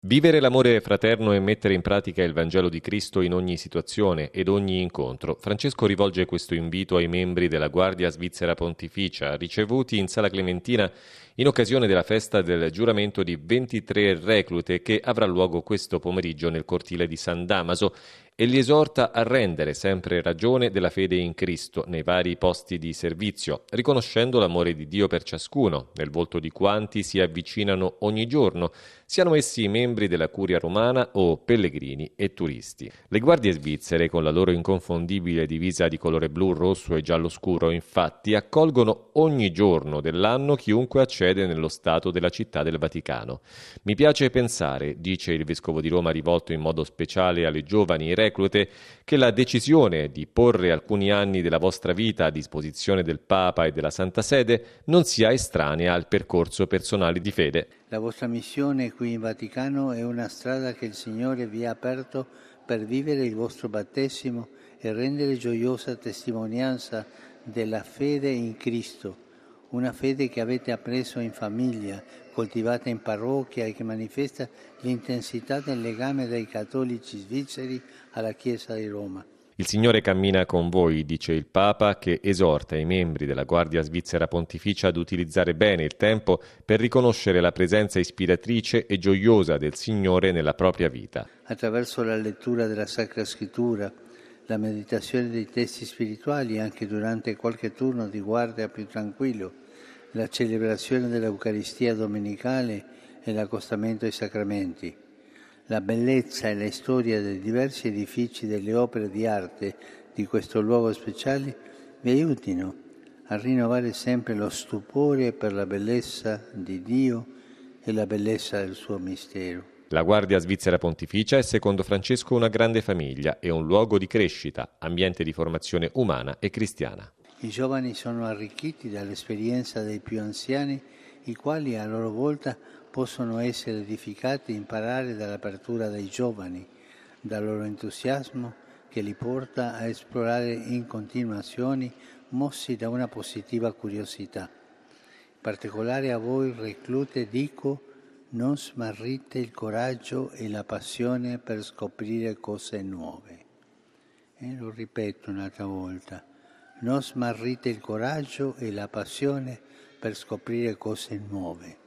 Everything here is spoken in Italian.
Vivere l'amore fraterno e mettere in pratica il Vangelo di Cristo in ogni situazione ed ogni incontro. Francesco rivolge questo invito ai membri della Guardia Svizzera Pontificia, ricevuti in Sala Clementina in occasione della festa del giuramento di 23 reclute che avrà luogo questo pomeriggio nel cortile di San Damaso, e li esorta a rendere sempre ragione della fede in Cristo nei vari posti di servizio, riconoscendo l'amore di Dio per ciascuno, nel volto di quanti si avvicinano ogni giorno, siano essi membri della Curia Romana o pellegrini e turisti. Le guardie svizzere, con la loro inconfondibile divisa di colore blu, rosso e giallo scuro, infatti, accolgono ogni giorno dell'anno chiunque accede nello Stato della Città del Vaticano. Mi piace pensare, dice il Vescovo di Roma rivolto in modo speciale alle giovani reclute, che la decisione di porre alcuni anni della vostra vita a disposizione del Papa e della Santa Sede non sia estranea al percorso personale di fede. La vostra missione qui in Vaticano è una strada che il Signore vi ha aperto per vivere il vostro battesimo e rendere gioiosa testimonianza della fede in Cristo, una fede che avete appreso in famiglia, coltivata in parrocchia e che manifesta l'intensità del legame dei cattolici svizzeri alla Chiesa di Roma. Il Signore cammina con voi, dice il Papa, che esorta i membri della Guardia Svizzera Pontificia ad utilizzare bene il tempo per riconoscere la presenza ispiratrice e gioiosa del Signore nella propria vita. Attraverso la lettura della Sacra Scrittura, la meditazione dei testi spirituali anche durante qualche turno di guardia più tranquillo, la celebrazione dell'Eucaristia domenicale e l'accostamento ai sacramenti. La bellezza e la storia dei diversi edifici delle opere di arte di questo luogo speciale vi aiutino a rinnovare sempre lo stupore per la bellezza di Dio e la bellezza del suo mistero. La Guardia Svizzera Pontificia è, secondo Francesco, una grande famiglia e un luogo di crescita, ambiente di formazione umana e cristiana. I giovani sono arricchiti dall'esperienza dei più anziani, i quali a loro volta possono essere edificati e imparare dall'apertura dei giovani, dal loro entusiasmo che li porta a esplorare in continuazione, mossi da una positiva curiosità. In particolare a voi reclute dico: non smarrite il coraggio e la passione per scoprire cose nuove. Lo ripeto un'altra volta: non smarrite il coraggio e la passione per scoprire cose nuove.